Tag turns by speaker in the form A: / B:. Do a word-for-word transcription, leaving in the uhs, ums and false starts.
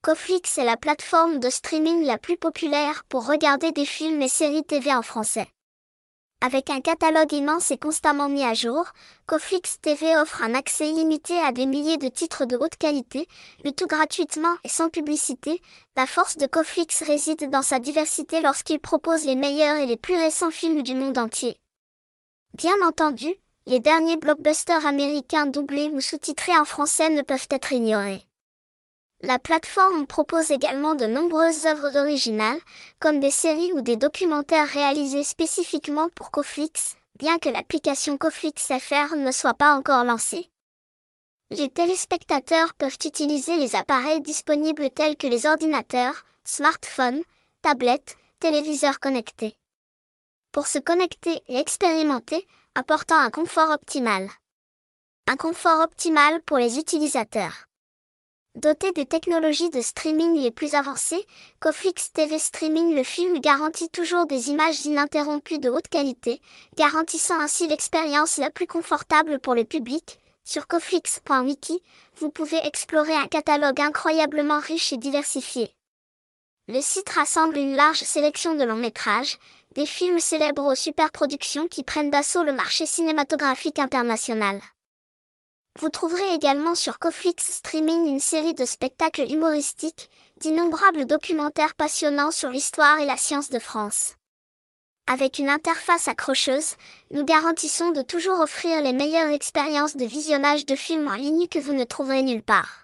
A: Coflix est la plateforme de streaming la plus populaire pour regarder des films et séries T V en français. Avec un catalogue immense et constamment mis à jour, Coflix T V offre un accès illimité à des milliers de titres de haute qualité, le tout gratuitement et sans publicité. La force de Coflix réside dans sa diversité lorsqu'il propose les meilleurs et les plus récents films du monde entier. Bien entendu, les derniers blockbusters américains doublés ou sous-titrés en français ne peuvent être ignorés. La plateforme propose également de nombreuses œuvres originales, comme des séries ou des documentaires réalisés spécifiquement pour Coflix, bien que l'application Coflix F R ne soit pas encore lancée. Les téléspectateurs peuvent utiliser les appareils disponibles tels que les ordinateurs, smartphones, tablettes, téléviseurs connectés. Pour se connecter et expérimenter, apportant un confort optimal. Un confort optimal pour les utilisateurs. Doté des technologies de streaming les plus avancées, Coflix T V Streaming le film garantit toujours des images ininterrompues de haute qualité, garantissant ainsi l'expérience la plus confortable pour le public. Sur coflix point wiki, vous pouvez explorer un catalogue incroyablement riche et diversifié. Le site rassemble une large sélection de longs métrages, des films célèbres aux superproductions qui prennent d'assaut le marché cinématographique international. Vous trouverez également sur Coflix Streaming une série de spectacles humoristiques, d'innombrables documentaires passionnants sur l'histoire et la science de France. Avec une interface accrocheuse, nous garantissons de toujours offrir les meilleures expériences de visionnage de films en ligne que vous ne trouverez nulle part.